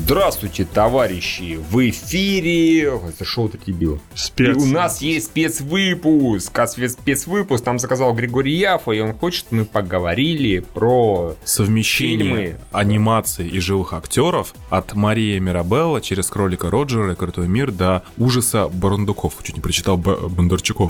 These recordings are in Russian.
Здравствуйте, товарищи! В эфире... Это шоу «Ты дебил». И у нас есть спецвыпуск. А спецвыпуск там заказал Григорий Яфа, и он хочет, чтобы мы поговорили про совмещение фильмы, анимации и живых актеров от Марии Мирабелла через Кролика Роджера и Крутой мир до ужаса Бурундуков. Чуть не прочитал Бондарчуков.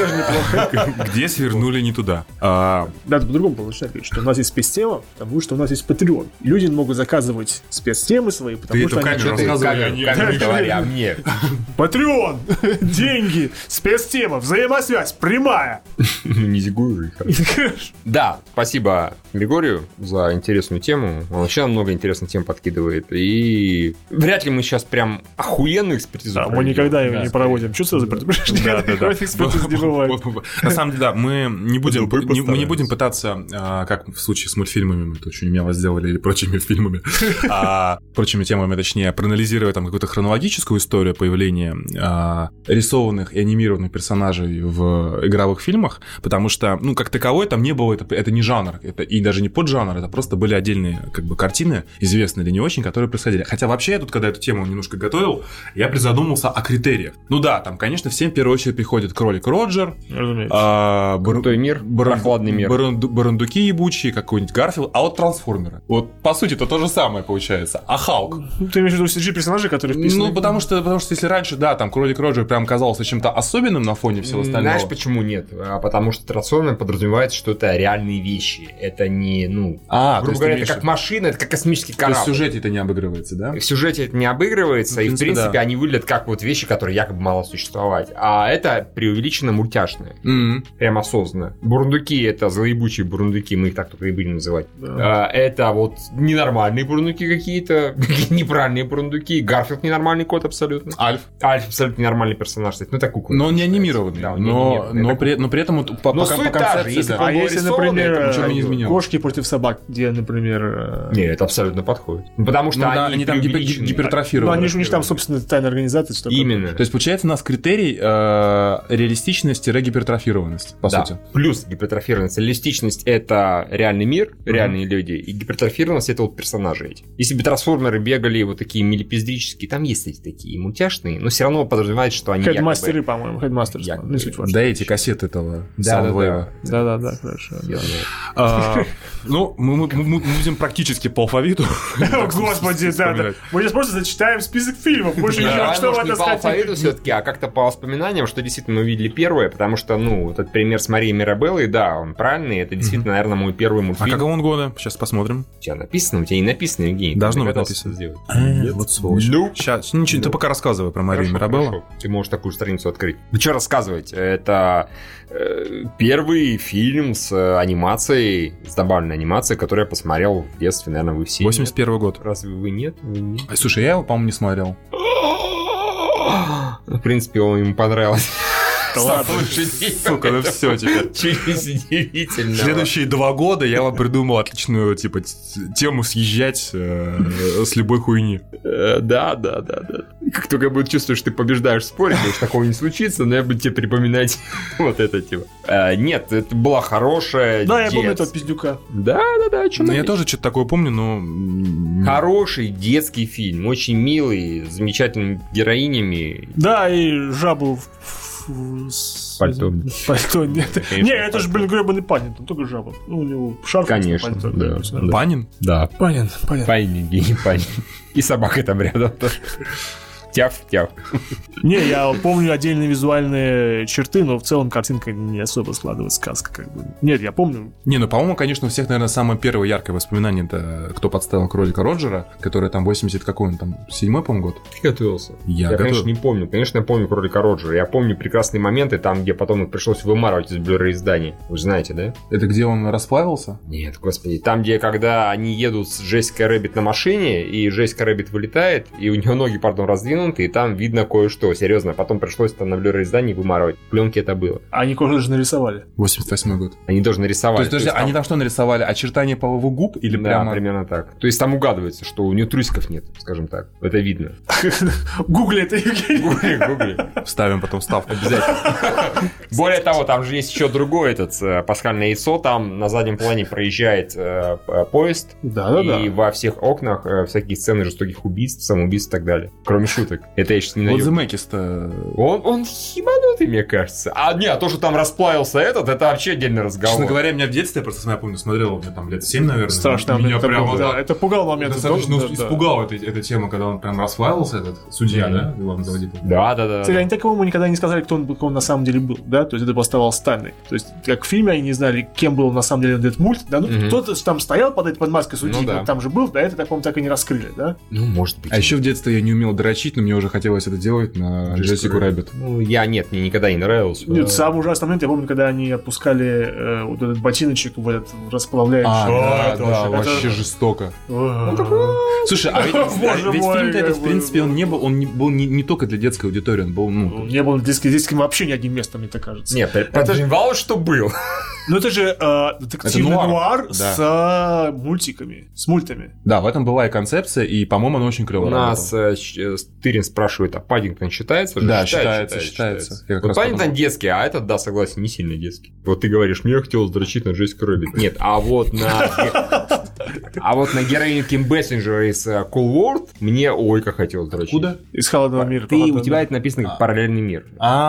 Где свернули не туда. Надо по-другому получать, что у нас есть спецтема, потому что у нас есть Patreon. Люди могут заказывать спецтемы свои, потому что они... Как говоря мне. Patreon! Деньги! Спецтема! Взаимосвязь! Прямая! Не зигуй же. Да, спасибо Григорию за интересную тему. Он вообще много интересных тем подкидывает. И вряд ли мы сейчас прям охуенную экспертизу мы никогда его не проводим. Что это за предупреждение? Экспертизы не бывает. На самом деле, да, мы не будем пытаться, как в случае с мультфильмами, мы это очень умело сделали, или прочими фильмами, прочими темами, точнее, проанализировать там какую-то хронологическую историю появления рисованных и анимированных персонажей в игровых фильмах, потому что, ну, как таковой там не было, это не жанр, это и даже не поджанр, это просто были отдельные, как бы, картины, известные или не очень, которые происходили. Хотя вообще я тут, когда эту тему немножко готовил, я призадумался о критериях. Ну да, там, конечно, всем в первую очередь приходит Кролик Роджер, Крутой мир, прохладный мир, Бурундуки ебучие, какой-нибудь Гарфилд, а вот трансформеры. Вот, по сути, это то же самое получается. А Халк? Ты имеешь в виду CG-персонажи, которые вписаны? Ну, потому что если раньше, да, там Кролик Роджер прям казался чем-то особенным на фоне всего остального. Знаешь, почему нет? Потому что трансформер подразумевается, что это реальные вещи. Это не, грубо говоря, это как машина, это как космический корабль. То есть в сюжете это не обыгрывается, да? В сюжете это не обыгрывается, и в принципе они выглядят как вот вещи, которые якобы мало существовать. А это преувеличенно мультяшное. Прям осознанно. Бурундуки — это злоебучие бурундуки, мы их так только и будем называть. Да. Это вот ненормальные бурундуки какие-то, неправильные бурундуки. Гарфилд ненормальный кот абсолютно. Альф абсолютно ненормальный персонаж. Ну, это кукла. Но он не анимированный. Да, но при этом по концепции... А если, например, кошки против собак, где, например... Не, это абсолютно подходит. Потому что они там гипертрофированы. Ну, они же у них там, собственно, тайная организация. Именно. То есть, получается, у нас критерий реалистичность-гипертрофированность, по сути. Плюс гипертрофированность. Реалистичность — это реальный мир, реальные люди, и гипертрофированность — это вот персонажи эти. Если бы трансформеры бегали вот такие милипиздрические, там есть эти такие мультяшные, но все равно подразумевается, что они Хедмастеры, по-моему, хедмастеры. Да, эти кассеты этого Soundwave. Да, хорошо. Ну, мы будем практически по алфавиту. Господи, да. Мы сейчас просто зачитаем список фильмов. Больше ничего, что вы не по алфавиту все-таки, а как-то по воспоминаниям, что действительно мы увидели первое, потому что, этот пример с Марией Мирабеллой, да, он правильный, это действительно, наверное, мой первый мультфильм. А какого он года? Сейчас посмотрим. У тебя написано? У тебя не написано, Евгений. Должно быть написано. Вот сволочь. Сейчас, ничего, ты пока рассказывай про Марию Мирабеллу. Ты можешь такую страницу открыть. Вы что рассказывать? Это первый фильм с анимацией, с добавленной анимацией, который я посмотрел в детстве, наверное, вы все. 81 год. Разве вы нет? Слушай, я его, по-моему, не смотрел. В принципе, он ему понравился. Ладно, сука, ну все теперь. Чуть удивительно. Следующие 2 года я вам придумал отличную, тему съезжать с любой хуйни. Да. Как только я буду чувствовать, что ты побеждаешь в споре, потому что такого не случится, но я буду тебе припоминать вот это типа. Нет, это была хорошая. Да, я помню этого пиздюка. Да. Я тоже что-то такое помню, но... Хороший детский фильм, очень милый, с замечательными героинями. Да, и жабу пальто. Нет. Не, это же, гребаный Панин, там только жаба. У него шарф. Конечно, да. Панин? Да. Панин. Евгений Панин. И собака там рядом тоже. Тяв. Не, я помню отдельные визуальные черты, но в целом картинка не особо складывается, сказка как бы. Нет, я помню. Не, по-моему, конечно, у всех, наверное, самое первое яркое воспоминание — это кто подставил Кролика Роджера, который там 80 какой он там, 7-й, по-моему, год. Ты готовился. Я конечно, не помню. Конечно, я помню Кролика Роджера. Я помню прекрасные моменты там, где потом их пришлось вымарывать из Blu-ray издания. Вы же знаете, да? Это где он расплавился? Нет, господи. Там, где когда они едут с Джессикой Рэббит на машине, и Джессика Рэббит вылетает, и у нее ноги, раздвинуты, продвинутый, и там видно кое-что, серьезно. Потом пришлось это на Blu-ray издании вымарывать. В пленке это было. А они кое-что же нарисовали. 88-й год. Они тоже нарисовали. То есть они там что нарисовали? Очертания половых губ или да, прямо... примерно так. То есть там угадывается, что у нее трусиков нет, скажем так. Это видно. Гугли это, Евгений. Гугли. Вставим потом вставку. Обязательно. Более того, там же есть еще другое пасхальное яйцо. Там на заднем плане проезжает поезд. Да. И во всех окнах всякие сцены жестоких убийств, самоубийств и так далее. Кроме шуток. Это я сейчас не найду. Вот Земекис-то... Он хибанутый, мне кажется. А то, что там расплавился это вообще отдельный разговор. Честно говоря, меня в детстве, я просто я помню, смотрел, у меня там лет 7, наверное. Страшно. Меня прямо... Да, это пугал момент. Достаточно испугал эта тема, когда он прям расплавился, этот судья, да? Главный заводитель. Да. Кстати, они так ему никогда не сказали, кто он на самом деле был, да? То есть это оставалось тайной. То есть, как в фильме они не знали, кем был на самом деле этот мульт, да? Ну, кто-то там стоял под маской судьи, там же был, да, это, по-моему, так и не раскрыли, да? Ну, может быть. А еще в детстве я не умел дрочить, но мне уже хотелось это делать на Джессику Рэббит. Ну, мне никогда не нравилось. Нет, самый ужасный момент, я помню, когда они опускали вот этот ботиночек в этот расплавляющий. Да, вообще жестоко. Слушай, а ведь фильм-то этот, в принципе, он был не только для детской аудитории, он был, не был детским вообще ни одним местом, мне так кажется. Нет, подразумевалось, что был. Ну это же детективный нуар с мультиками, с мультами. Да, в этом была и концепция, и, по-моему, она очень клёвая. У нас Тырин спрашивает, а Паддингтон считается? Да, считается. Вот Паддингтон детский, а этот, да, согласен, не сильно детский. Вот ты говоришь, мне хотелось дрочить на Джессику Рэббит. Нет, а вот на героиню Ким Бессинджера из Cool World мне как хотелось дрочить. Откуда? Из Холодного мира. У тебя это написано как параллельный мир.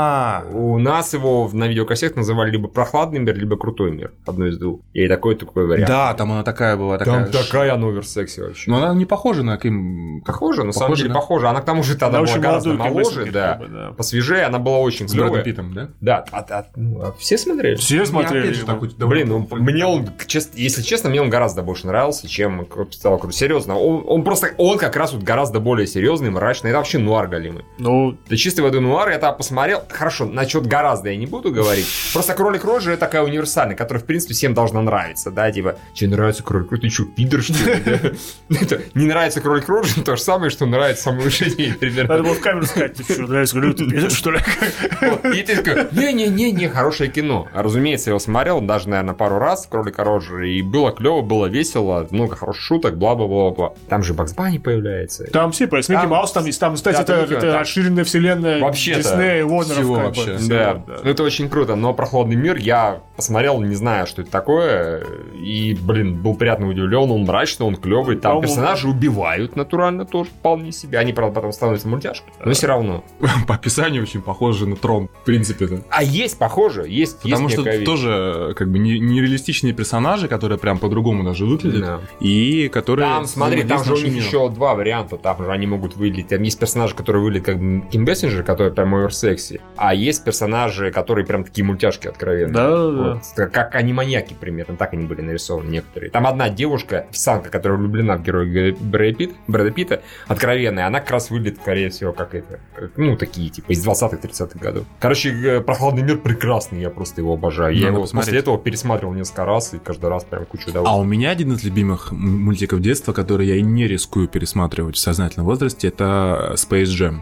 У нас его на видеокассетах называли либо прохладный мир, либо крутой мир. Одно из двух. И такой вариант. Да, там она такая была. Там такая она оверсекси вообще. Но она не похожа на Ким... Похожа, на самом деле похожа. Она к тому же тогда была гораздо моложе, да. Посвежее, она была очень клёвая. С Брэдом Питтом, да? Да. Все смотрели? Все смотрели. Блин, мне он, если честно, мне он гораздо больше нравился, чем стало круто. Серьезно, он как раз вот гораздо более серьезный, мрачный. Это вообще нуар галимый. Это чистой воды нуар, я тогда посмотрел. Хорошо, насчет гораздо я не буду говорить. Просто Кролик Роджер это такая универсальная, которая, в принципе, всем должна нравиться, да, типа, тебе нравится Кролик Роджер, ты что, пидор, что ли? Не нравится Кролик Роджер, то же самое, что нравится самому жизни, примерно. Надо было в камеру сказать, ты что, нравится Кролик Роджер, что ли? И ты такой, не, хорошее кино. Разумеется, я его смотрел, даже, наверное, пару раз, Кролика Роджера, и было клево, было весело, много хороших шуток, бла-бла-бла-бла. Там же Бакс Банни появляется. Там все появляются, Микки Маус там есть, там, кстати, это расширенная вселенная Диснея и Уорнеров, вообще. Да, это очень круто, но «Прохладный мир» я посмотрел, не знаю, что это такое, и, был приятно удивлен, он мрачный, он клевый, там персонажи убивают натурально тоже вполне себе, они, правда, потом становятся мультяшкой, но все равно. По описанию очень похоже на Трон, в принципе-то. А есть похоже, есть. Потому что тоже, как бы, нереалистичные персонажи, которые прям по-другому даже выглядят, и которые... Там, смотри, там же у них еще два варианта, там же они могут выглядеть, там есть персонажи, которые выглядят как Ким Бессинджер, который прям оверсекси, а есть персонажи, которые прям такие мультяшки откровенные. Да. Как аниманьяки примерно, так они были нарисованы некоторые. Там одна девушка, официантка, которая влюблена в героя Брэда Питта, откровенная, она как раз выглядит, скорее всего, как это, такие, типа, из 20-30-х годов. Короче, «Прохладный мир» прекрасный, я просто его обожаю. Я его после этого пересматривал несколько раз, и каждый раз прям кучу удовольствия. А у меня один из любимых мультиков детства, который я и не рискую пересматривать в сознательном возрасте, это Space Jam.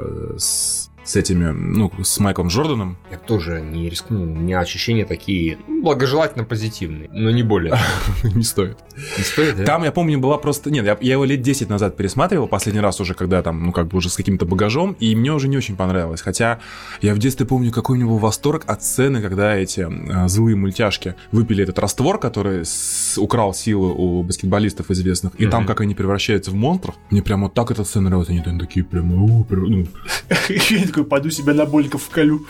С этими, с Майклом Джорданом. Я тоже не рискну. У меня ощущения такие, благожелательно позитивные, но не более. Не стоит. Не стоит, да? Там, я помню, была просто... Нет, я его лет 10 назад пересматривал, последний раз уже, когда там, уже с каким-то багажом, и мне уже не очень понравилось. Хотя я в детстве помню, какой у него восторг от сцены, когда эти злые мультяшки выпили этот раствор, который украл силы у баскетболистов известных, и там, как они превращаются в монстров. Мне прям вот так эта сцена нравится. Они там такие прям... Такой, пойду себе набольников вколю.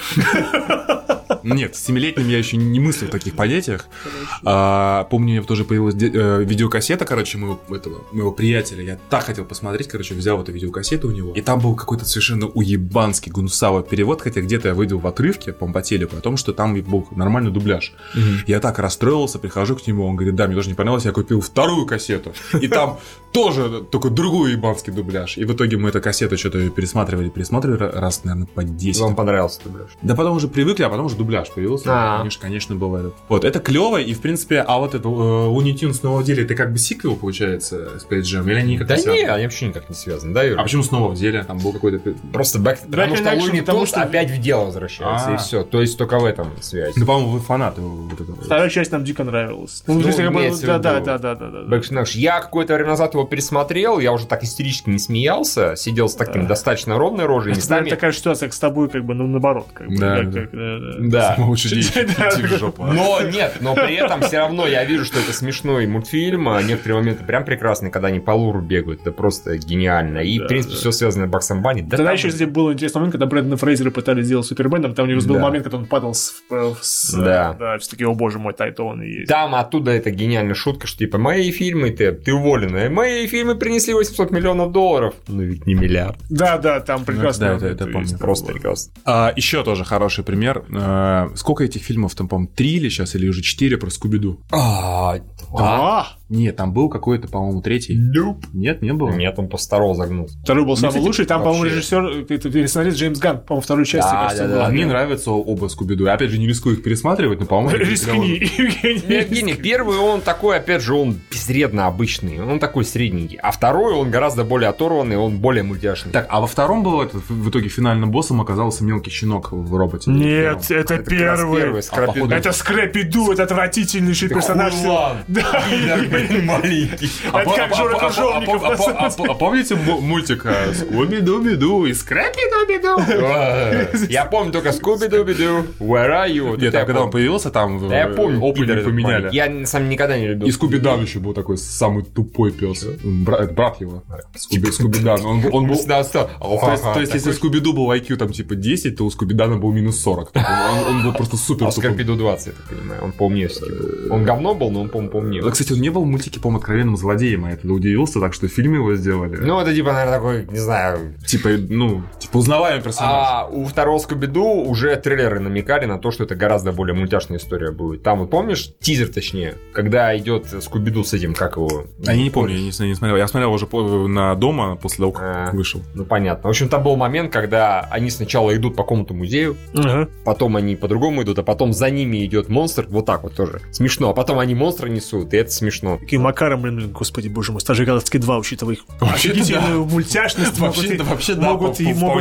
Нет, с 7-летним я еще не мыслил в таких понятиях. Помню, у меня тоже появилась видеокассета, моего приятеля. Я так хотел посмотреть, взял эту видеокассету у него. И там был какой-то совершенно уебанский гунсавый перевод, хотя где-то я видел в отрывке, по телеку, о том, что там был нормальный дубляж. Я так расстроился, прихожу к нему, он говорит, да, мне тоже не понравилось, я купил вторую кассету. И там тоже только другой ебанский дубляж. И в итоге мы эту кассету что-то пересматривали раз, наверное, по 10. Вам понравился дубляж? Да потом уже привыкли, а потом уже дубляж появился. Конечно, бывает. Вот, это клево, и в принципе, а вот это Looney Tunes снова в деле, это как бы сиквел, получается, Space Jam, или они как-то связаны? Да нет, они вообще никак не связаны, да, Юра? А почему снова в деле? Там был какой-то... Просто потому что Looney Tunes опять в дело возвращается, и все. То есть только в этом связь. Ну, по-моему, вы фанаты вот этого. Вторая часть нам дико нравилась. Да. Я какое-то время назад его пересмотрел, я уже так истерически не смеялся, сидел с таким достаточно ровной рожей. Это такая ситуация, как с тобой, как бы, ну, наоборот. Да. Но нет, но при этом все равно я вижу, что это смешной мультфильм, а некоторые моменты прям прекрасные, когда они по луру бегают, это просто гениально. И, в принципе, все связано с Баксом Банни. Тогда еще здесь был интересный момент, когда Брэндона Фрейзера пытались сделать Суперменом, там у него был момент, когда он падал да, все таки, о боже мой, это он и есть. Там оттуда эта гениальная шутка, что типа, мои фильмы, ты уволенная, мои фильмы принесли $800 миллионов. Ну ведь не миллиард. Да, там прекрасно. Да, это помню. Просто прекрасно. Еще тоже хороший пример. Сколько этих фильмов там, по-моему, 3 или сейчас, или уже 4 про Скуби-Ду? 2? Нет, там был какой-то, по-моему, 3. Нет, не было. Нет, он после 2 загнулся. 2 был самый лучший, там, по-моему, режиссер, пересмотреть Джеймс Ганн, по-моему, 2 часть. Да. Мне нравятся оба Скуби-Ду. Я, опять же, не рискую их пересматривать, но, по-моему... Рискни. Евгений, первый он такой, опять же, он безвредно обычный, он такой средненький. А второй он гораздо более оторванный, он более мультяшный. Так, а во втором был в итоге финальным боссом оказался мелкий щенок в роботе? Нет, это первый. Это Скрэппи-Ду, это отвратительнейший персонаж. Да, маленький. Это как Жора Крыжовников. А помните мультик Скуби-Ду-би-ду и Скрэппи-ду-би-ду? Я помню только Скуби-ду-би-ду, Where are you? Нет, когда он появился, там я помню, опенинг поменяли. Я сам никогда не любил. И Скуби-Дан еще был такой самый тупой пес. Брат его. Скуби-Дан. Он был... То есть, если Скуби-Ду был IQ там типа 10, то у Скуби-Дана был минус 40. Он был просто супер тупой. А Скрэппи-Ду 20, я так понимаю. Он поумнее был. Он говно был, но он, по-моему, поумнее. Кстати, он не был в мультике, по-моему, откровенным злодеем, я тогда удивился, так что в фильме его сделали. Ну, это типа, наверное, такой, не знаю... Типа узнаваемый персонаж. А у второго Скуби-Ду уже трейлеры намекали на то, что это гораздо более мультяшная история будет. Там, вот помнишь, тизер, точнее, когда идет Скуби-Ду с этим, как его... Я не помню, я не смотрел. Я смотрел уже на дома после того, как вышел. Ну, понятно. В общем, там был момент, когда они сначала идут по какому-то музею, потом они по-другому идут, а потом за ними идет монстр, вот так вот тоже. Смешно. А потом они монстра несут, и это смешно. Каким макаром, блин, господи, боже мой, Стражи Галактики 2, учитывая их офигительную мультяшность, могут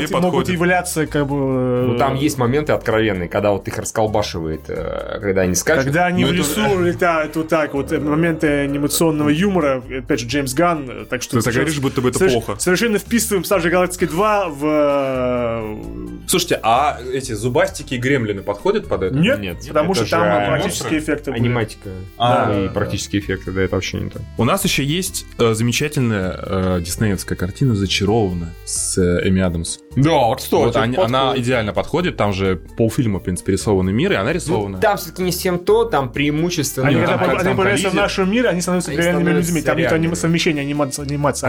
являться как бы... Ну, там есть моменты откровенные, когда вот их расколбашивает, когда они скачут. Когда они в лесу летают вот так, вот моменты анимационного юмора, опять же, Джеймс Ганн, так что... Ты так говоришь, будто бы это плохо. Совершенно вписываем Стражи Галактики 2 в... Слушайте, а эти зубастики и гремлины подходят под это? Нет, потому что там практические эффекты. Аниматика. И практические эффекты, да, это вообще не то. У нас еще есть замечательная диснеевская картина «Зачарованная» с Эми Адамс. Да, кстати. Вот она идеально подходит, там же полфильма, в принципе, рисованный мир, и она рисована. Там все-таки не всем то, там преимущественно... Они появляются в нашем мире, они становятся реальными людьми. Там нет совмещения анимации.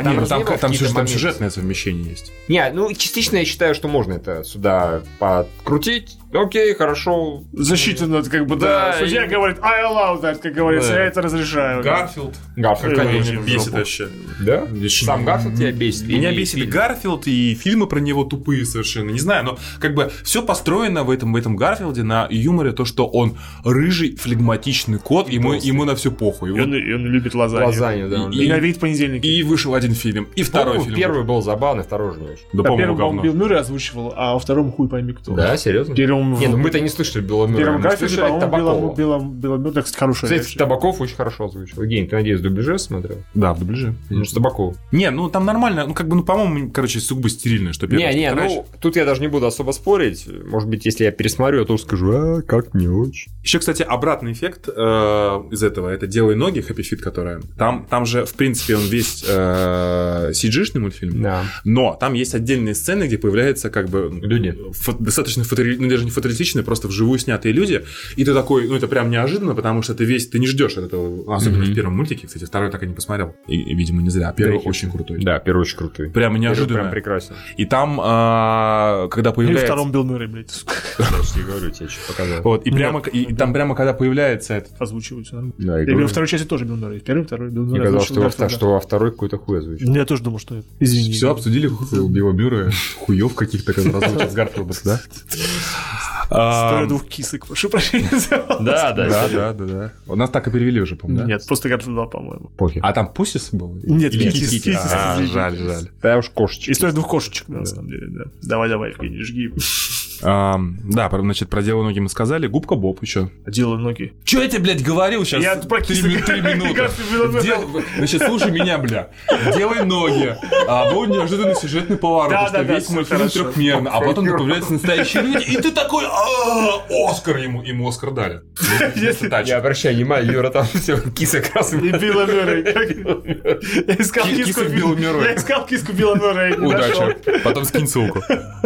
Там сюжетное совмещение есть. Не, ну, частично я считаю, что можно это сюда подкрутить. Окей, хорошо. Засчитано, как бы, да. Судья говорит, I allow that, как говорится, я это разрешаю. Гарфилд, конечно, бесит вообще. Да? Сам Гарфилд тебя бесит? Меня бесит Гарфилд, и фильмы про него тупые совершенно. Не знаю, но как бы все построено в этом Гарфилде на юморе, то, что он рыжий, флегматичный кот, ему на все похуй. И он любит лазанью. Да. И ненавидит понедельники. И вышел один фильм, и второй фильм. Первый был забавный, второй же не очень. Да, первый, по-моему, Билл Мюррей озвучивал, а во втором хуй пойми кто. Да, серьезно? Не, ну мы-то не слышали Билла Мюррея. Первом Гарфилде, по-моему, Билла Мюррей, кстати, хорошая вещь. Кстати, Табаков очень хорошо озвучил. Евгений, ты, надеюсь, в дубляже смотрел? Да, в дубляже. Ну, с Табаков. Не, ну там нормально, ну как бы, ну по-моему, короче, сугубо стерильно, что первый. Не, ну тут я даже не буду особо спорить. Может быть, если я пересмотрю, я тоже скажу, как не очень. Еще, кстати, обратный эффект из этого, это «Делай ноги», Happy Feet, которая. Там же, в принципе, он весь CG-шный мультфильм, да. Но там есть отдельные сцены, где появляются как бы люди. Достаточно ну даже не фотореалистичные, просто вживую снятые люди, и ты такой, это прям неожиданно, потому что ты не ждешь от этого, особенно в первом мультике, кстати, второй так и не посмотрел, и видимо, не зря, первый очень крутой. Да, первый очень крутой. Прям неожиданно. Прям прекрасен. И там, когда появляется... Или в втором Билл Мюррей, блядь. Я говорю, тебе что показал. Вот, и там прямо, когда появляется этот... Озвучивается нормально. Да, я говорю, во второй части тоже Билл Мюррей. Первый, второй Билл Мюррей. Я казалось, что во второй какой-то хуй озвучил. Я тоже думал, что это. Извини. Все обсудили Билла Мюррея, хуёв каких-то, когда озвучил с Гарфилдом, да? История двух кисок, прошу прощения. Да. У нас так и перевели уже, по-моему, да? Нет, просто Гарфилд 2, по-моему. А там Пусис был? Нет, Кисис. Жаль. Да уж кошечки. История двух кошечек, на самом деле, да. Давай, Евгений, жги. Да, значит, про дело ноги мы сказали. Губка Боб еще. Дело ноги. Че я тебе, блядь, говорил сейчас? Я про 3 минуты. Значит, слушай меня, бля. Делай ноги. А был неожиданный сюжетный поворот, что весь мультфильм трехмерный. А потом появляются настоящие люди, и ты такой, Оскар ему Оскар дали. Я обращаю внимание, Юра, там все киса красная. И Билла Мюррей. Я искал киску Билла Мюррея. Удачи. Потом скинь ссылку.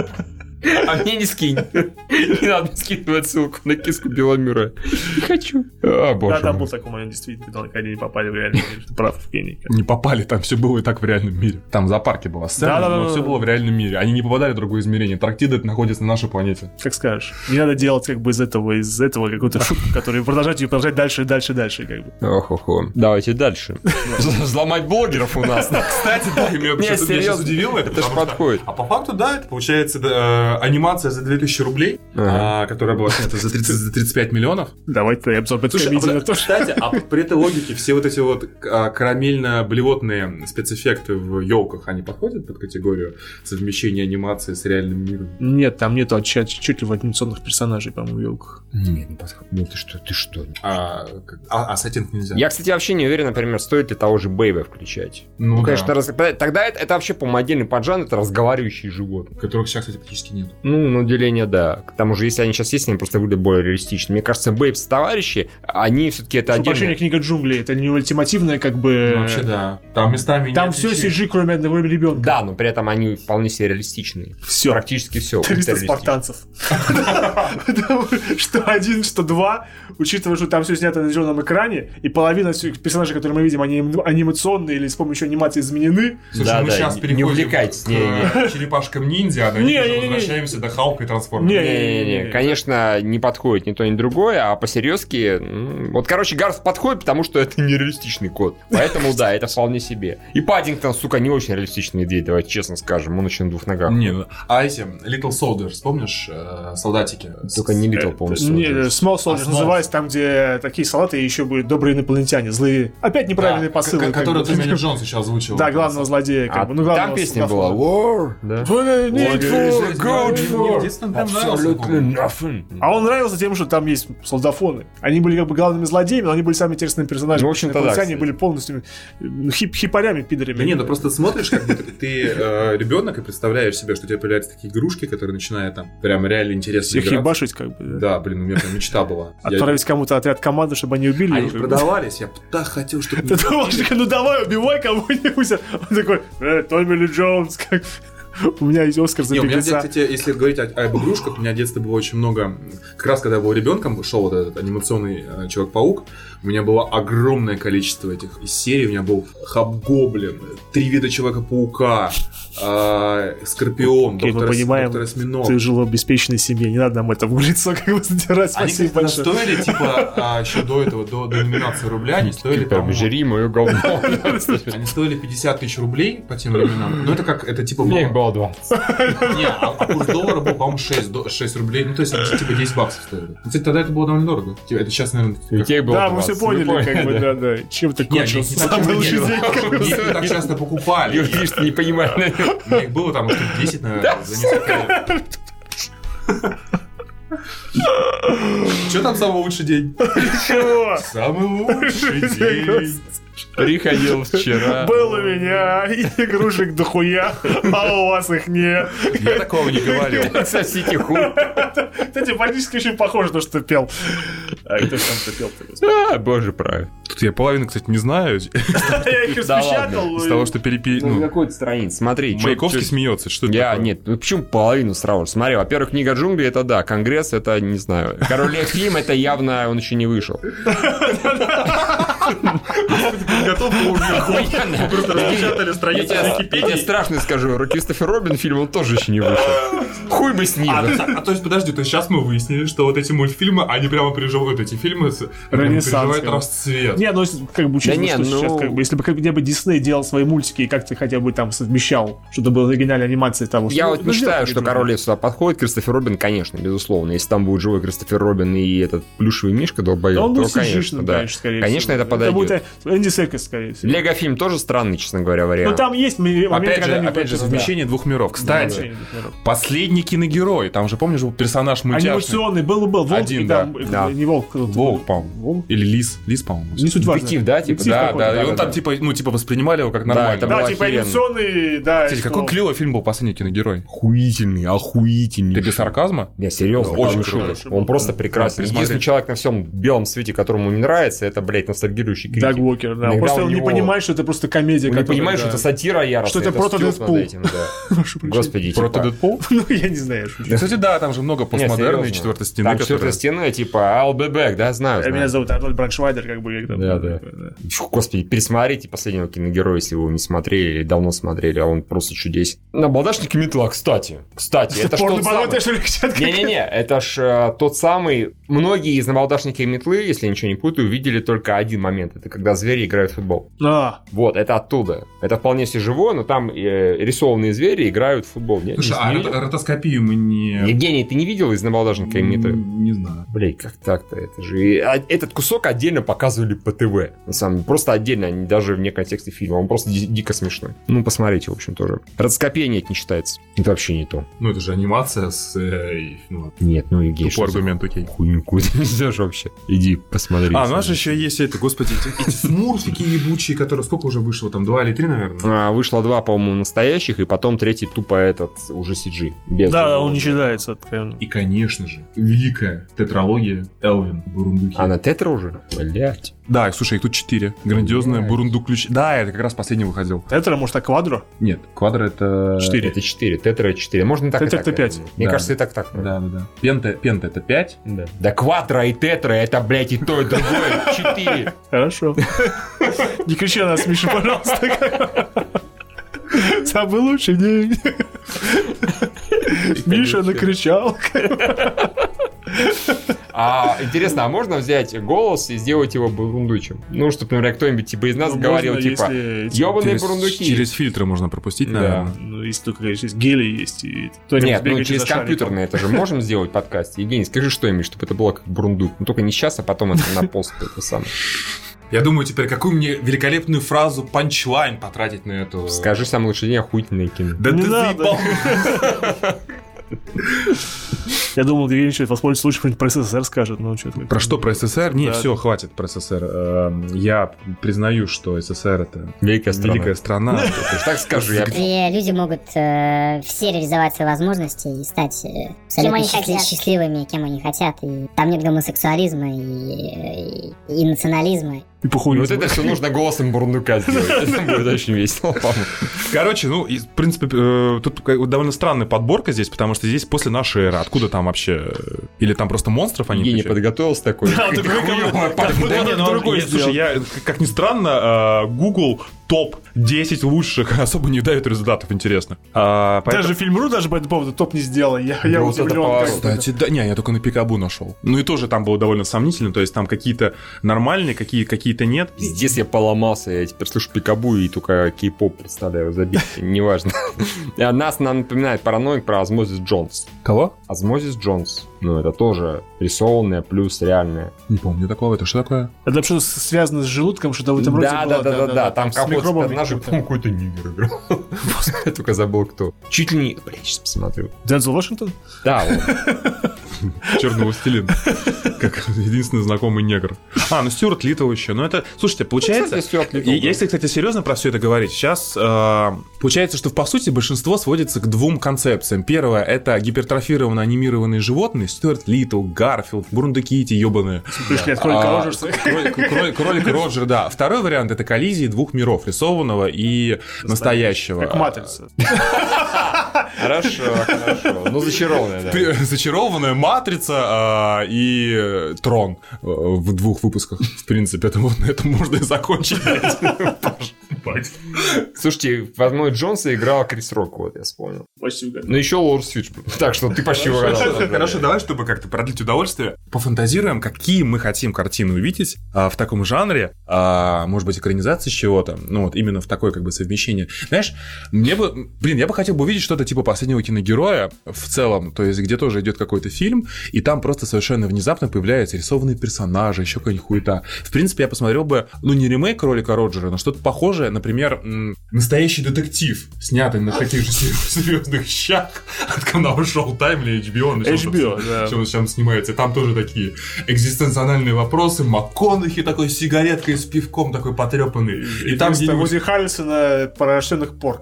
А мне не скинь. Не надо скидывать ссылку на киску Билла Мюррея. Не хочу. Боже. Да, там был такой момент, действительно, когда они не попали в реальный мир. Прав, Евгений. Не попали, там все было и так в реальном мире. Там в зоопарке была сцена, но все было в реальном мире. Они не попадали в другое измерение. Антарктида находится на нашей планете. Как скажешь. Не надо делать как бы из этого какую-то шутку, которую продолжать дальше. Как бы. Ох. Давайте дальше. Взломать блогеров у нас. Кстати, да, меня сейчас удивило. Это же подходит. А по факту, да, это получается анимация за 2000 рублей, которая была снята за 35 миллионов. Давай-то я обзор бэткомедии. Кстати, а при этой логике все вот эти вот карамельно-блевотные спецэффекты в елках, они подходят под категорию совмещения анимации с реальным миром? Нет, там нету чуть ли анимационных персонажей, по-моему, в елках. Нет, не подходит. Нет, ты что? А сеттинг нельзя. Я, кстати, вообще не уверен, например, стоит ли того же Бэйба включать. Ну, конечно, тогда это вообще, по-моему, отдельный поджанр, это разговаривающие животные. Которых сейчас, кстати, практически нет. Ну, на удивление, да. К тому же, если они сейчас есть, они просто выглядят более реалистично. Мне кажется, Бэйбс товарищи, они все-таки это отдельно. Прощение, книга джунглей, это не ультимативная, как бы... Ну, вообще, да. Там местами там все CG, кроме одного ребенка. Да, но при этом они вполне себе реалистичные. Все. Практически все. 300 спартанцев. Что один, что два, учитывая, что там все снято на зеленом экране, и половина персонажей, которые мы видим, они анимационные или с помощью анимации изменены. Слушай, мы сейчас переходим не увлекайтесь. к черепашкам-ниндзя, а возвращаемся до Халка и Трансформера. Не, конечно, не подходит ни то, ни другое, а по-серьезки... Вот, короче, Гарф подходит, потому что это нереалистичный кот. Поэтому, да, это вполне себе. И Паддингтон, сука, не очень реалистичный медведь, давайте честно скажем. Он еще на двух ногах. Не, а эти Little Soldiers, помнишь, солдатики? Только не Little, полностью. Small Soldiers называется, там, где такие солдаты, и еще были добрые инопланетяне, злые. Опять неправильные посылы. Которые Томми Джонс сейчас озвучил. Да, главного злодея. Там песня была War, да? А он нравился тем, что там есть солдафоны. Они были как бы главными злодеями, но они были самыми интересными персонажами. Ну, в общем-то, да. Они были полностью хипарями, пидорами. Да не, ну просто смотришь, как будто ты ребенок и представляешь себе, что у тебя появляются такие игрушки, которые начинают там прям реально интересно играть. Их ебашить как бы. Да, блин, у меня там мечта была. Отправить кому-то отряд команды, чтобы они убили. Они продавались, я так хотел, чтобы... Ты думаешь, ну давай, убивай кого-нибудь. Он такой, Томми Ли Джонс, как... У меня есть Оскар за беглеца. У меня, кстати, если говорить об игрушках, у меня в детстве было очень много... Как раз, когда я был ребенком, шел вот этот анимационный Человек-паук, у меня было огромное количество этих из серий. У меня был Хобгоблин, 3 вида Человека-паука, Скорпион, доктор Осьминог. Ты жил в обеспеченной семье, не надо нам это в лицо как бы задирать. Они когда стоили, типа, еще до этого, до номинации рубля, они стоили, по-моему... Жри мою говно. Они стоили 50 тысяч рублей по тем временам. Ну, это как, это типа... Мне их было 20. Не, а курс доллара был, по-моему, 6 рублей. Ну, то есть, типа 10 баксов стоили. Ну, кстати, тогда это было довольно дорого. Это сейчас, наверное... Да, мы все поняли, как бы, да. Чем ты кончился? Их так часто покупали. Видишь, ты не понимаешь. У меня их было там 10, наверное, за несколько лет. Что там самый лучший день? Чего? Самый лучший день. Приходил вчера. Был у меня игрушек дохуя, а у вас их нет. Я такого не говорил. Сосите хуй. Кстати, практически очень похоже на то, что ты пел. А кто же там пел-то? Боже правый. Тут я половину, кстати, не знаю. Я их распечатал. Из того, что Ну, какой-то страниц, смотри. Маяковский смеется, что это такое? Нет, ну почему половину сразу? Смотри, во-первых, «Книга джунглей» — это да, «Конгресс» — это, не знаю. «Король Лев» фильм — это явно он еще не вышел. Готов был уже. Просто распечатали страницу Википедии. Я тебе страшно скажу, Кристофер Робин фильм, он тоже еще не вышел. Хуй бы с ним. То есть, подожди, то есть сейчас мы выяснили, что вот эти мультфильмы, они прямо переживают, эти фильмы переживают расцвет. Не, ну как бы учитывая, что сейчас, как бы, если бы хотя бы Дисней делал свои мультики и как-то хотя бы там совмещал, что-то было оригинальной анимацией того, что... Я вот мечтаю, что «Король Лев» сюда подходит, Кристофер Робин, конечно, безусловно. Если там будет живой Кристофер Робин и этот плюшевый мишка долбоёб, то, конечно, да. Конечно, это подойдет. Это будет Энди Серкис, скорее всего. Лего-фильм тоже странный, честно говоря, вариант. Ну там есть моменты, Опять же, совмещение двух миров. Кстати, последний киногерой, там же, помнишь, был персонаж мультяшный. Анимационный, был волк, один, да. Не волк. Волк, по-моему. Или лис, по-моему. Не суть важно. Детектив, да, типа, да. И он там, типа, воспринимали его как нормально. Да, типа анимационный, да. Кстати, какой клевый фильм был «Последний киногерой». Охуительный. Ты без сарказма? Не, серьезно, очень круто. Он просто прекрасный. Единственный человек на всем белом свете, которому не нравится, это, блядь, ностальгирующий критик. Даг Уокер, да. Просто он не понимает, что это просто комедия. Он не понимает, что это сатира яростная. Что это прото Дэдпул. Господи, Прото Дэдпул? Ну, я не знаю. Кстати, да, там же много постмодерна и четвертой стены. Там четвертая стена, типа I'll be back, да, знаю. Меня зовут Арнольд Браншвайдер, как бы. Да. Господи, пересмотрите «Последнего киногероя», если вы его не смотрели или давно смотрели, а он просто чудесен. «Набалдашники метла», кстати, это что Не-не-не, это ж тот самый... Многие из «Набалдашника и метлы», если я ничего не путаю, видели только один момент. Это когда звери играют в футбол. Вот, это оттуда. Это вполне себе живое, но там рисованные звери играют в футбол. Слушай, а ротоскопию мы не... Евгений, ты не видел из «Набалдашника и метлы»? Не знаю. Блядь, как так-то? Это же... Этот кусок отдельно показывали по ТВ. На самом деле, просто отдельно, даже вне контекста фильма. Он просто дико смешной. Ну, посмотрите, в общем, тоже. Ротоскопия нет, не считается. Это вообще не то. Ну, это же анимация с... Нет, ну, Евгений, тупой аргумент, окей. Хуйню ты несешь вообще. Иди, посмотри. А, у нас же еще есть это, господи, эти смурфики ебучие, которые сколько уже вышло? Там 2 или 3, наверное? Вышло 2, по-моему, настоящих, и потом третий тупо этот, уже CG. Да, он не считается, откровенно. И, конечно же, великая тетралогия Элвин Бурундуки. А на тетра уже? Блять. Да, слушай, их тут 4. Грандиозная Бурундук-ключ. Да, это как раз последний выходил. Тетра, может, а квадро? Нет, квадро это... 4. Это 4, тетра 4. Можно так тетра это 5. Мне кажется, и так. Да. Пента это 5. Да квадро и тетра, это, блядь, и то, и другое. 4. Хорошо. Не кричи на нас, Миша, пожалуйста. Самый лучший день. Миша накричал. Интересно, а можно взять голос и сделать его бурундучим? Ну, чтобы, например, кто-нибудь типа из нас говорил, типа, ёбаные бурундуки. Через фильтры можно пропустить, наверное. Ну, если только есть гели есть. Нет, ну через компьютерное это же можем сделать подкаст. Евгений, скажи что-нибудь, чтобы это было как бурундук. Ну, только не сейчас, а потом это на пост это самое. Я думаю, теперь какую мне великолепную фразу панчлайн потратить на эту... Скажи самый лучший день, охуительное кино. Да ты заебал. Я думал, Евгений еще воспользуется случаем, что-нибудь про СССР скажет. Ну, что про что, про СССР? Не, все, хватит про СССР. Я признаю, что СССР это великая страна. Так скажу. Где люди могут все реализовать свои возможности и стать счастливыми, кем они хотят. И там нет гомосексуализма и национализма. Вот это все нужно голосом бурундука сделать. Это будет очень весело, по-моему. Короче, ну, в принципе, тут довольно странная подборка здесь, потому что здесь после нашей эры. Откуда там вообще? Или там просто монстров они... Я не подготовился такой. Да, слушай, я, как ни странно, Google топ-10 лучших особо не дает результатов, интересно. Даже Фильм.ру даже по этому поводу топ не сделал. Я удивлен. Кстати, да, не, я только на Пикабу нашел. Ну и тоже там было довольно сомнительно, то есть там какие-то нормальные, какие-то нет. Здесь я поломался, я теперь слышу Пикабу и только кей-поп представляю, забить, неважно. Нас напоминает параноик про Осмозис Джонс. Кого? Осмозис Джонс. Ну, это тоже рисованное плюс реальное. Не помню такого, это что такое? Это что связано с желудком, что-то в этом роде было? Да, там какой-то персонаж, какой-то нигер играл. Я только забыл, кто. Чуть ли не... Блин, сейчас посмотрю. Дензел Вашингтон? Да, он. Черный властелин. Как единственный знакомый негр. Ну Стюарт Литтл еще. Ну это, слушайте, получается... Если, кстати, серьезно про все это говорить, сейчас получается, что по сути большинство сводится к двум концепциям. Первое — это гипертрофированно анимированные животные. Стюарт Литтл, Гарфилд, Бурундуки эти ёбаные. Пришли от кролика Роджерса. Кролик Роджер, да. Второй вариант — это коллизии двух миров, рисованного и настоящего. Как матрица. Хорошо. Ну, зачарованная, да. Зачарованная матрица и Трон в двух выпусках, в принципе. Это вот на этом можно и закончить. Слушайте, в одной Джонса играл Крис Рок, вот я вспомнил. Почти угадал. Ну, еще Лоуренс Фишберн. Так что ты почти угадал. Хорошо, давай, чтобы как-то продлить удовольствие, пофантазируем, какие мы хотим картины увидеть в таком жанре, может быть, экранизации чего-то, ну вот именно в такое как бы совмещение. Знаешь, я бы хотел бы увидеть что-то типа «Последнего киногероя» в целом, то есть где тоже идет какой-то фильм, и там просто совершенно внезапно появляются рисованные персонажи, еще какая-нибудь хуета. В принципе, я посмотрел бы, ну не ремейк «Кролика Роджера», но что-то похожее, например, «Настоящий детектив», снятый на таких же серьезных щах от канала Showtime или HBO. HBO, да. Чем снимается. Там тоже такие экзистенциональные вопросы. МакКонахи такой с сигареткой, с пивком такой потрепанный. И там Вуди Харрельсона «Порожденных порк».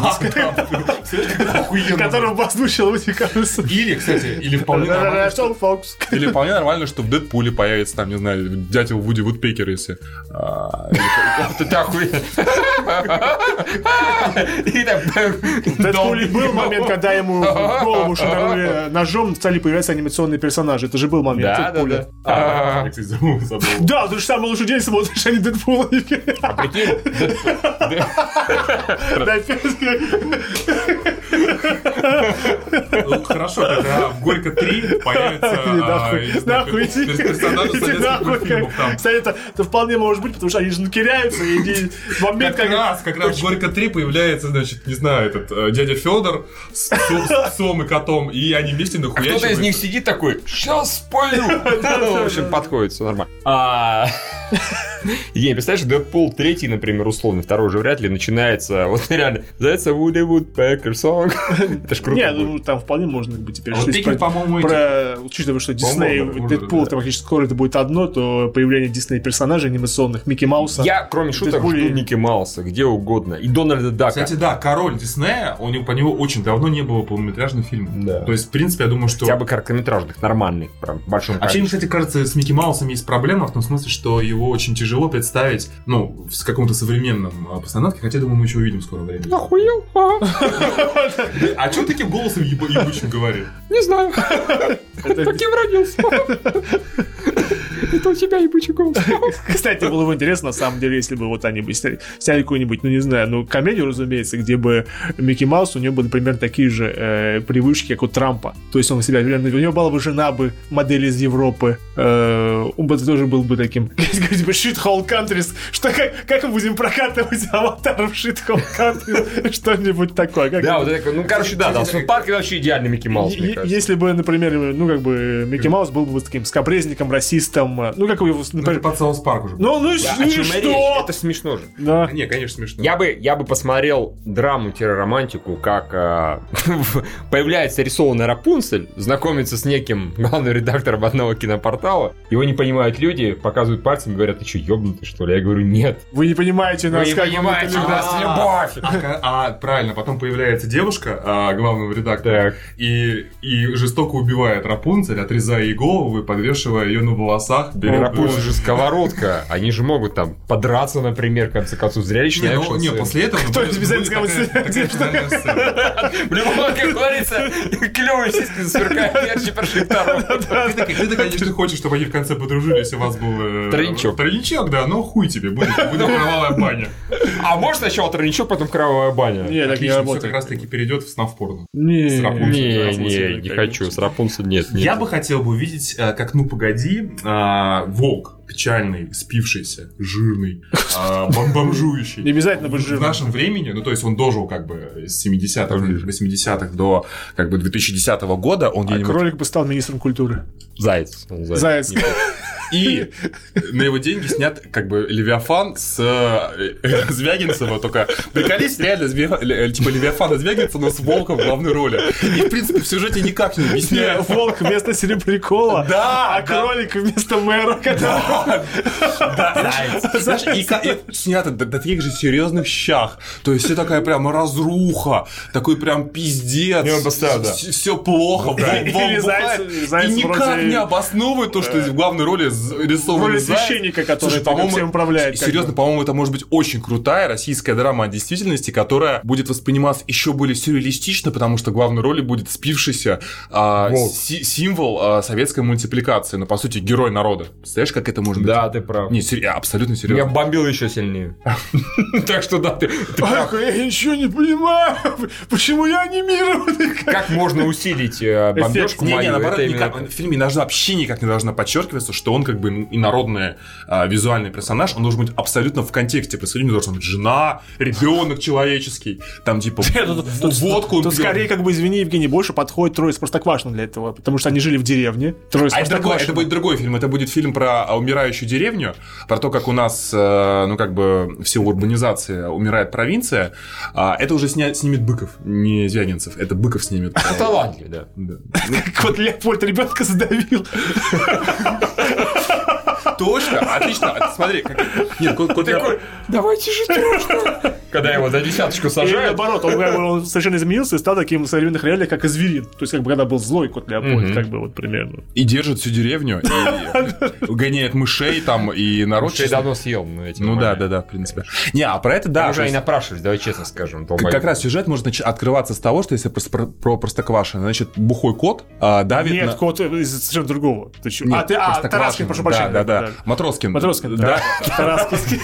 Которого озвучил Вуди Харрельсон. Или, кстати, или вполне нормально, что в Дэдпуле появится там, не знаю, дятел Вуди Вудпекер, если... Ты охуенно. В Дэдпуле был момент, когда ему в голову шуганули ножом, стали появляться анимационные персонажи. Это же был момент в Дэдпуле. Я, кстати, забыл. Да, ты же самый лучший день смотришь, а не Дэдпула. А прикинь? Ну, хорошо, тогда в «Горько 3» появится персонажи советских фильмов. Кстати, это вполне может быть, потому что они же накиряются, и момент как раз в «Горько 3» появляется, значит, не знаю, этот дядя Федор с псом и котом, и они вместе нахуячивают. Кто-то из них сидит такой: «Сейчас спою!» В общем, подходит, все нормально. Евгений, представляешь, Дэдпул 3, например, условно, второй же вряд ли начинается, вот реально, that's a Woody Woodpecker song. Это ж круто. Не, ну там вполне можно быть теперь. по-моему, учитывая, что Дисней, Дэдпул, это практически скоро это будет одно, то появление Дисней персонажей анимационных, Микки Мауса. Я, кроме шуток, жду Микки Мауса, где угодно. И Дональда Дака. Кстати, да, король Диснея, по него очень давно не было полнометражных фильмов. Да. То есть, в принципе, я думаю, что... Хотя бы короткометражных, нормальных, прям, в большом количестве. Мне, кстати, кажется, с Микки Маусом есть проблема, в том смысле, что его очень тяжело представить, ну, в каком-то современном постановке, хотя, думаю, мы еще увидим в скором времени. Охуел? А что таким голосом ебучим говорит? Не знаю. Каким родился? Это у тебя ебучий голос. Кстати, было бы интересно, на самом деле, если бы вот они бы сняли какую-нибудь, ну не знаю, ну комедию, разумеется, где бы Микки Маус, у него были примерно такие же привычки, как у Трампа. То есть он себя, у него была бы жена бы модель из Европы, он бы тоже был бы таким, типа shithole countries, что как мы будем прокатывать аватаров shithole countries, что-нибудь такое. Да, вот это, ну короче, да, парк вообще идеальный Микки Маус, мне кажется. Если бы, например, ну как бы Микки Маус был бы таким скапрезником, расистом, ну как его, например, под Саус Парк уже. Ну что? Это смешно же. Да. Не, конечно, смешно. Я бы посмотрел драму-романтику, как появляется рисованная Рапунцель, знакомится с неким главным редактором одного кинопортала, его не понимают люди, показывают пальцем и говорят: ты что, ёбнутый, что ли? Я говорю: нет. Вы не понимаете нас, вы не понимаете нас, любовь. Правильно, потом появляется девушка главного редактора и жестоко убивает Рапунцель, отрезая ей голову и подвешивая ее на волосах. Рапунцель же сковородка. Они же могут там подраться, например, в конце концов, зрелищный экшн. Не, после этого... Кто обязательно в любом, как говорится, клёвый сиськи засверкает ярче прожектором. Ты, конечно, хочешь, чтобы они в конце подружились, у вас был... Тройничок. Тройничок, да, но хуй тебе, будет кровавая баня. А может сначала тройничок, потом кровавая баня? Нет, так не работает. Все как раз-таки перейдет в снав порно. Не хочу, с Рапунцель нет. Я бы хотел бы увидеть, как «Ну, погоди», волк печальный, спившийся, жирный, бомжующий. Не обязательно быть жирным. В нашем времени, ну то есть он дожил как бы с 70-х, 80-х до как бы 2010 года. Кролик бы стал министром культуры. Заяц. И на его деньги снят как бы Левиафан с Звягинцева, только приколись, реально типа Левиафана Звягинцева, но с волком в главной роли. И, в принципе, в сюжете никак не объясняют. Волк вместо Серебрякова, а кролик вместо мэра. Знаешь, и снято до таких же серьезных щах. То есть все такая прям разруха, такой прям пиздец. Все плохо. И никак не обосновывает то, что в главной роли рисован роли священника, который всем управляет. Серьезно, по-моему, это может быть очень крутая российская драма о действительности, которая будет восприниматься еще более сюрреалистично, потому что в главной роли будет спившийся символ советской мультипликации, но по сути герой народа. Представляешь, как это может быть? Да, ты прав. Не, абсолютно серьезно. Меня бомбило еще сильнее. Так что да, ты прав. Я ничего не понимаю. Почему я анимированный? Как можно усилить бомбежку мою? Не, наоборот, в фильме вообще никак не должно подчеркиваться, что он как бы инородный визуальный персонаж, он должен быть абсолютно в контексте происходящего, должна быть жена, ребенок человеческий, там типа водку. Тут скорее, как бы, извини, Евгений, больше подходит Трое из Простоквашино для этого, потому что они жили в деревне. Это будет другой фильм, это будет фильм про умирающую деревню, про то, как у нас, ну как бы, в силу урбанизации умирает провинция. Это уже снимет Быков, не Звягинцев, это Быков снимет. Это ладно, да. Вот Леопольд ребенка задавил. Точно, отлично. Смотри, как... Нет, кот такой, давайте жить дружно. Когда его за десяточку сажают. И наоборот, он совершенно изменился и стал таким в современных реалиях, как и Зверин. То есть, как бы, когда был злой кот Леопольд, как бы, вот примерно. И держит всю деревню, и гоняет мышей там, и народ... Мышей давно съел. Ну да, в принципе. Не, а про это, да. Уже и напрашивались, давай честно скажем. Как раз сюжет может открываться с того, что если про Простоквашино, значит, бухой кот давит... Нет, кот из совершенно другого. Тараскин, прошу прощения. Да. Матроскин, да. Тараскин.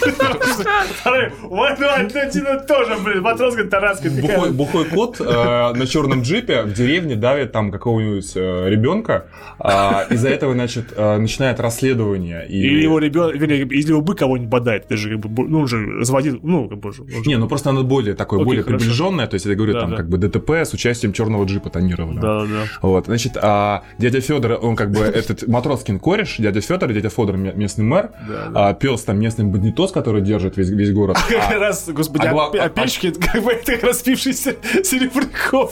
Тоже, блин, Матроскин, Тараскин. Бухой кот на черном джипе в деревне давит там какого-нибудь ребенка. Из-за этого, значит, начинает расследование. Или его ребенок, вернее, если его бык кого-нибудь бодает, ты же, как бы, ну, он же разводил, ну, как бы... Не, ну просто оно более такое, более приближенное, то есть, я говорю, там, как бы, ДТП с участием черного джипа тонировано. Да. Вот, значит, дядя Федор, он как бы, этот Матроскин кореш, дядя Федор местный мэр, пес там местный бандитос, который держит весь город. Как раз, господи, опечки, как бы, это распившийся Серебряков.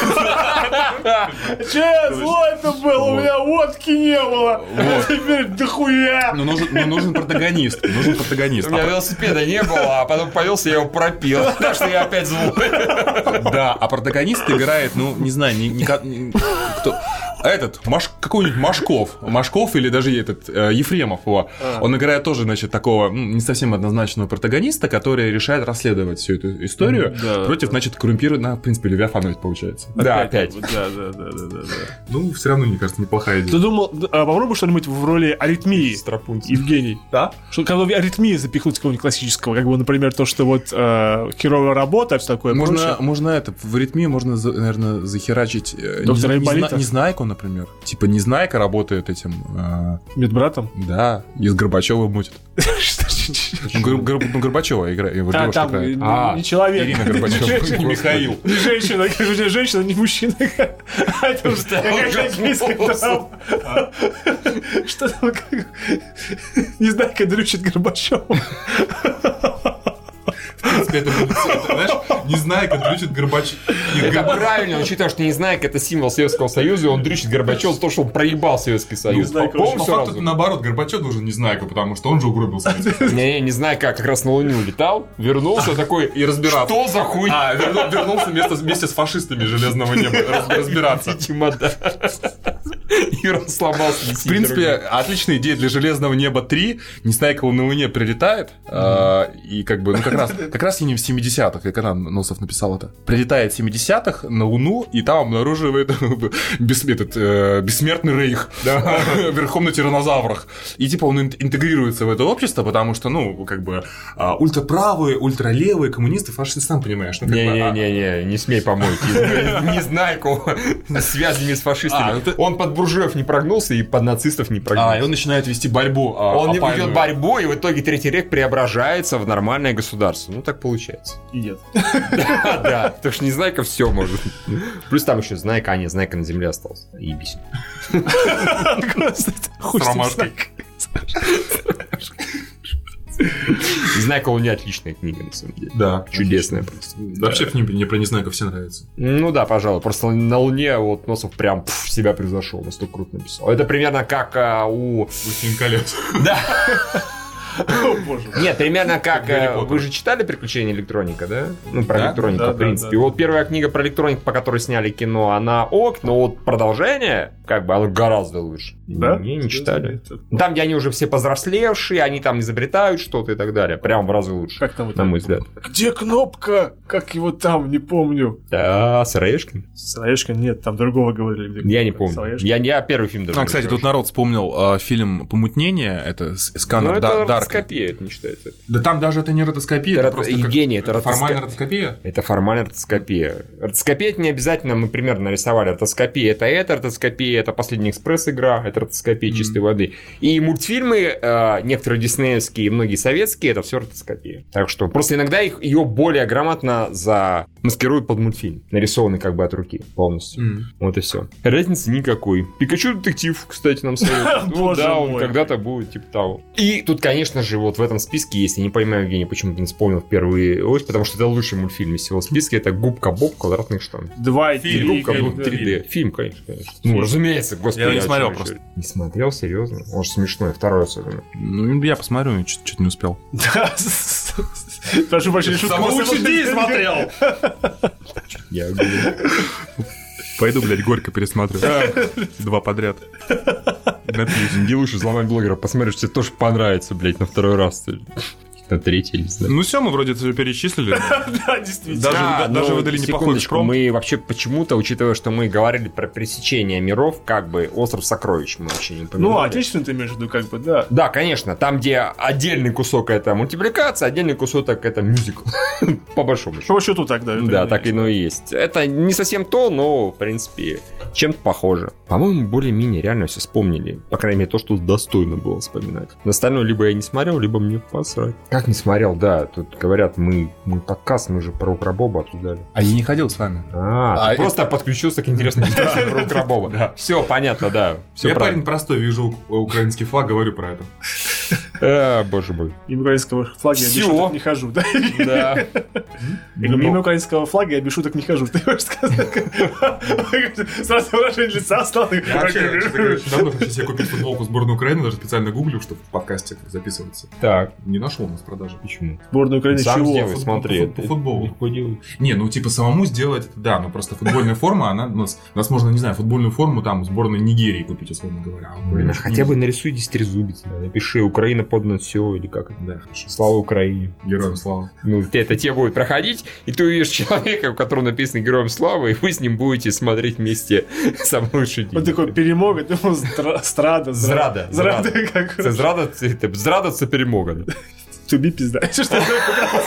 Че, злой-то был, у меня водки не было, а теперь дохуя. Ну, нужен протагонист. У меня велосипеда не было, а потом повелся, я его пропил. Так что я опять злой. Да, а протагонист играет, ну, не знаю, кто... Этот, какой-нибудь Машков или даже этот, Ефремов его. Он играет тоже, значит, такого не совсем однозначного протагониста, который решает расследовать всю эту историю против, значит, коррумпированного, в принципе, Левиафана ведь получается. Да, опять. Да. Ну, все равно, мне кажется, неплохая идея. Ты думал, попробуй что-нибудь в роли аритмии, Евгений? Да? Что когда в аритмии запихнуть какого-нибудь классического, как бы, например, то, что вот херовая работа, все такое прочее. Можно это, в аритмии можно, наверное, захерачить Незнайку, например. Типа Незнайка работает этим... медбратом? Да, и с Горбачевым мутит. Горбачева играет. Там не человек. Ирина Горбачева, не Михаил. Не женщина, не мужчина. Это что там? Незнайка дрючит Горбачева. В принципе, это будет, знаешь, Незнайка дрючит Горбачева. Это правильно, учитывая, что Незнайка — это символ Советского Союза, и он дрючит Горбачева за то, что он проебал Советский Союз. По факту, наоборот, Горбачев должен Незнайку, потому что он же угробил Советский Союз. Не, Незнайка как раз на Луну летал, вернулся такой... И разбираться. Что за хуй? Вернулся вместе с фашистами Железного неба разбираться. Видимо, да. И сломался. В принципе, отличная идея для Железного неба 3. Незнайка на Луне прилетает, и как бы, ну как раз не в 70-х, как она Носов написал это. Прилетает в 70-х на Луну, и там обнаруживает бессмертный рейх верхом на тираннозаврах. И типа он интегрируется в это общество, потому что, ну, как бы ультраправые, ультралевые, коммунисты, фашисты, сам понимаешь. Не смей помочь. Незнайку с связями с фашистами. Он под буржуя героев не прогнулся и под нацистов не прогнулся. И он начинает вести борьбу. Он ведет борьбу, и в итоге Третий рейх преображается в нормальное государство. Ну, так получается. И нет. Да, потому что Незнайка все может. Плюс там еще Знайка, Знайка на земле остался. Ебись. С ромашкой. Незнайка у меня отличная книга, на самом деле. Да. Чудесная просто. Вообще мне про Незнайку все нравится. Ну да, пожалуй. Просто на Луне вот Носов прям себя превзошел. Настолько круто написал. Это примерно как у... «Властелин колец». Да. О, боже. Нет, примерно как... Вы же читали «Приключения электроника», да? Ну, про электронику, в принципе. Вот первая книга про электронику, по которой сняли кино, она ок, но вот продолжение, как бы, оно гораздо лучше. Да? Не читали. Там, где они уже все повзрослевшие, они там изобретают что-то и так далее. Прям в разы лучше, как там, на мой взгляд. Где кнопка? Как его там? Не помню. Да, с Раешкин? С Раешкин? Нет, там другого говорили. Я не помню. Я первый фильм даже. Кстати, тут народ вспомнил фильм «Помутнение». Это сканер Дарк. Ротоскопия, это не считается. Да там даже это не ротоскопия, это просто Евгений, это формальная ротоскопия. Это формальная ротоскопия. Ротоскопия это не обязательно, мы примерно нарисовали. Ротоскопия это ротоскопия, это «Последний экспресс» игра, это ротоскопия чистой воды. И мультфильмы, некоторые диснеевские и многие советские, это все ротоскопия. Так что просто иногда ее более грамотно замаскируют под мультфильм, нарисованный как бы от руки полностью. Вот и все. Разницы никакой. Пикачу детектив, кстати, нам советует. Ну да, он когда-то будет типа того. И тут, конечно же, вот в этом списке есть, я не понимаю, Евгений, почему ты не вспомнил в первую очередь, потому что это лучший мультфильм из всего списка, это «Губка Боб квадратных штан». 2 и 3. Губка Боб 3D. Фильм, конечно. Ну, разумеется, господи. Я не смотрел просто. Не смотрел, серьезно? Он же смешной, второй особенно. Ну, я посмотрю, что-то не успел. Прошу прощения, шутка. Самый лучший день смотрел! Я говорю. Пойду, блядь, горько пересматриваю. 2 подряд. Не лучше взломать блогера, посмотришь, тебе тоже понравится, блядь, на второй раз. На третий, не знаю. Ну все, мы вроде это перечислили. Да, действительно. Даже выдали неплохой экспромт. Мы вообще почему-то, учитывая, что мы говорили про пересечение миров, как бы «Остров сокровищ» мы вообще не упомянули. Ну, отечественный ты имеешь в виду, как бы, да. Да, конечно. Там, где отдельный кусок это мультипликация, отдельный кусок это мюзикл. По большому счету. По счету так, да. Да, так и и есть. Это не совсем то, но, в принципе, чем-то похоже. По-моему, более-менее реально все вспомнили. По крайней мере, то, что достойно было вспоминать. На остальное либо я не смотрел, либо мне посрать. Как не смотрел, да. Тут говорят, мы подкаст, мы же про Укробоба обсуждали. А я не ходил с вами. Ты просто подключился к интересной истории про Укробоба. Все понятно, да. Я парень простой, вижу украинский флаг, говорю про это. Боже мой. Мимо украинского флага я без шуток не хожу, да? Да. Мимо украинского флага я без шуток не хожу. Ты можешь сказать? Сразу выражение лица стало. Я вообще давно хочу себе купить футболку сборной Украины, даже специально гуглю, чтобы в подкасте записываться. Так. Не нашел у нас продажи. Почему? Сборная Украины сам чего? Сделай, смотри. По футболу. Не, ну типа самому сделать, да, но просто футбольная форма, она у нас можно, не знаю, футбольную форму там сборной Нигерии купить, условно говоря. Хотя бы нарисуй десятирезубец, напиши «Украина подано все» или как это. Да. Слава Украине. Героям слава. Ну, это тебе будет проходить, и ты увидишь человека, у которого написано «Героям славы», и вы с ним будете смотреть вместе «Самый лучший день». Он такой перемога, думал, зрада. Зрада. Как Зрада це перемога. Туби пизда. Что такое?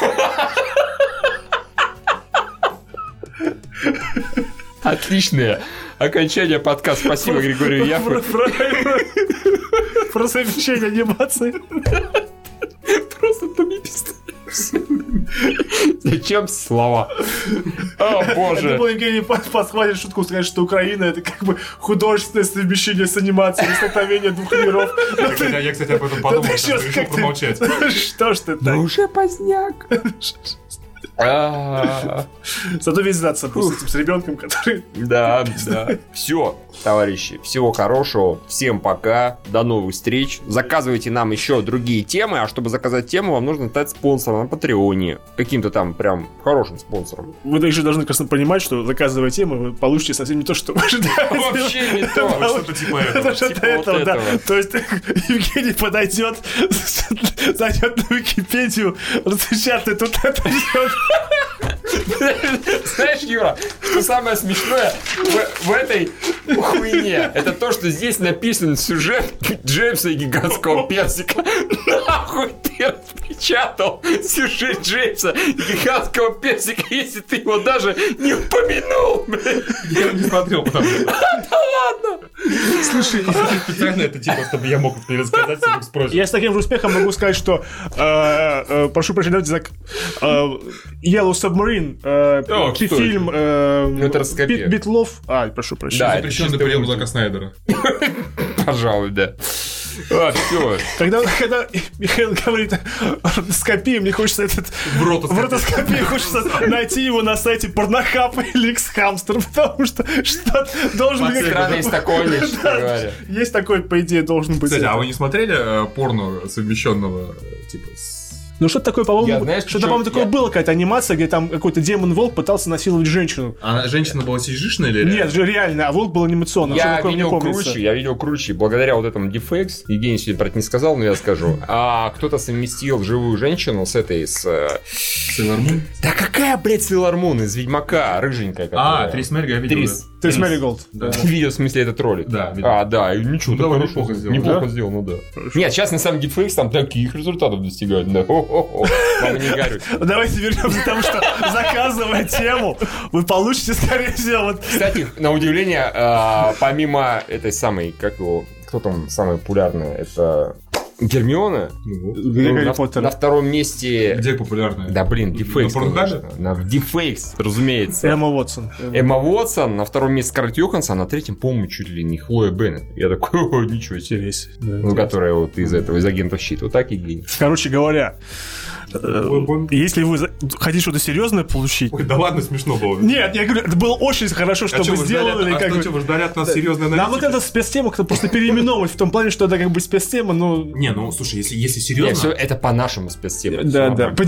Отличное окончание подкаста. Спасибо, Григорию Яфу. Про совмещение анимации. Просто туби пизда. Зачем слова? О, боже. Я думал, Евгений подхватит шутку, сказать, что Украина — это как бы художественное совмещение с анимацией, столкновение двух миров. Я, кстати, об этом подумал, сейчас решил промолчать. Что ж ты так? Ну уже поздняк. Зато весь знаться с ребенком, который... Да. Все, товарищи, всего хорошего. Всем пока. До новых встреч. Заказывайте нам еще другие темы. А чтобы заказать тему, вам нужно стать спонсором на Патреоне. Каким-то там прям хорошим спонсором. Вы также должны, конечно, понимать, что заказывая темы, вы получите совсем не то, что вы ожидаете. Вообще не то. Что-то типа этого. Да. То есть Евгений подойдет, зайдет на Википедию, распечатает тут это. Знаешь, Юра, что самое смешное в этой хуйне? Это то, что здесь написан сюжет Джеймса и гигантского персика. Нахуй! нахуй ты распечатал сюжет Джеймса гигантского персика, если ты его даже не упомянул, блядь? Я не смотрел, потому что... Да ладно! Слушай, специально это типа, чтобы я мог пересказать, если спросить. я с таким же успехом могу сказать, что прошу прощения, давайте Yellow Submarine, фильм Битлов. Прошу прощения. Запрещенный прием Зака Снайдера. Пожалуй, да. Все. Когда Михаил говорит ротоскопия, мне хочется в ротоскопии хочется найти его на сайте Порнохаб или X-Hamster, потому что должен быть... Странно, есть такое вещь, говоря. Есть такой, по идее, должен быть. Кстати, а вы не смотрели порно совмещенного типа с... Ну, что-то такое, по-моему, такое было, какая-то анимация, где там какой-то демон-волк пытался насиловать женщину. А женщина была CG-шная или реально? Нет, же реально, а волк был анимационный. Я видел круче, благодаря вот этому DeepFX, Евгений сегодня про это не сказал, но я скажу. Кто-то совместил живую женщину с Sailor Moon? Да какая, блядь, Sailor Moon из Ведьмака, рыженькая которая. Трис Мэриголд, я видел. Трис Мэриголд. Видео, в смысле, этот ролик. Да, видел. Да, и ничего, довольно неплохо сделал. Неплохо сделано, да. Нет, сейчас на самом деле DeepFX там таких результатов достигают, да. Мама, не горюй. Давайте вернемся к тому, что заказывая тему, вы получите, скорее всего... Кстати, на удивление, помимо этой самой, кто там самая популярная, это... Гермиона на втором месте. Где популярная? Да блин, DeepFake. DeepFake, разумеется. Эмма Уотсон на втором месте Скарлетт Йоханссон, а на третьем, по-моему, чуть ли не Хлоя Беннет. Я такой, ничего себе. Ну, которая вот из агентов щит. Вот так и гений. Короче говоря, если вы хотите что-то серьезное получить... Ой, да ладно, смешно было. Нет, я говорю, это было очень хорошо, что вы сделали. А что, вы ждали от нас серьезной аналитики? Нам вот эта спецтема как-то просто переименовывать в том плане, что это как бы спецтема, но... Не, ну, слушай, если серьезно... Все это по нашему спецтеме. Да, по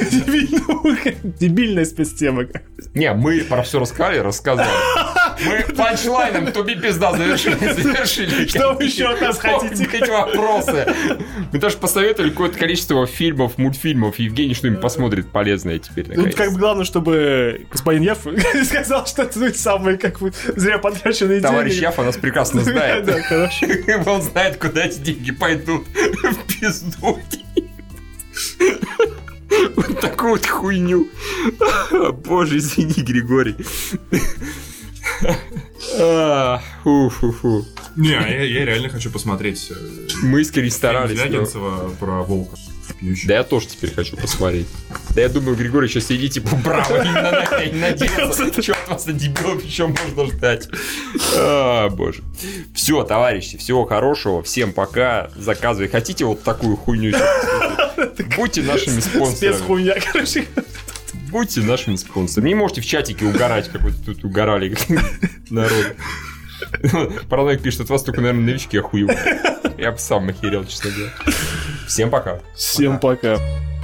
дебильная спецтема. Не, мы про все рассказали. Мы панчлайном туби пизда завершили. Что вы еще от нас хотите? Эти вопросы. Мы даже посоветовали какое-то количество фильмов, мультфильмов. Евгений что-нибудь посмотрит полезное теперь. Тут как бы главное, чтобы господин Яф сказал, что это самые как бы зря потраченные деньги. Товарищ Яфа нас прекрасно знает. Да, хорошо. Он знает, куда эти деньги пойдут. В пизду. Вот такую вот хуйню. Боже, извини, Григорий. Фу-фу-фу. Не, я реально хочу посмотреть. Мы искренне старались. Звягинцева про волка. Да я тоже теперь хочу посмотреть. Да я думаю, Григорий сейчас сидит типа браво, именно на это не надеется. Что от вас, дебилов, еще можно ждать? Боже. Все, товарищи, всего хорошего. Всем пока. Заказывай. Хотите вот такую хуйню? Будьте нашими спонсорами. Спецхуйня, короче. Будьте нашими спонсорами. Не можете в чатике угорать, как вот тут угорали народ. Параноик пишет, от вас только, наверное, новички охуевают. Я бы сам охерел, честно говоря. Всем пока. Всем пока.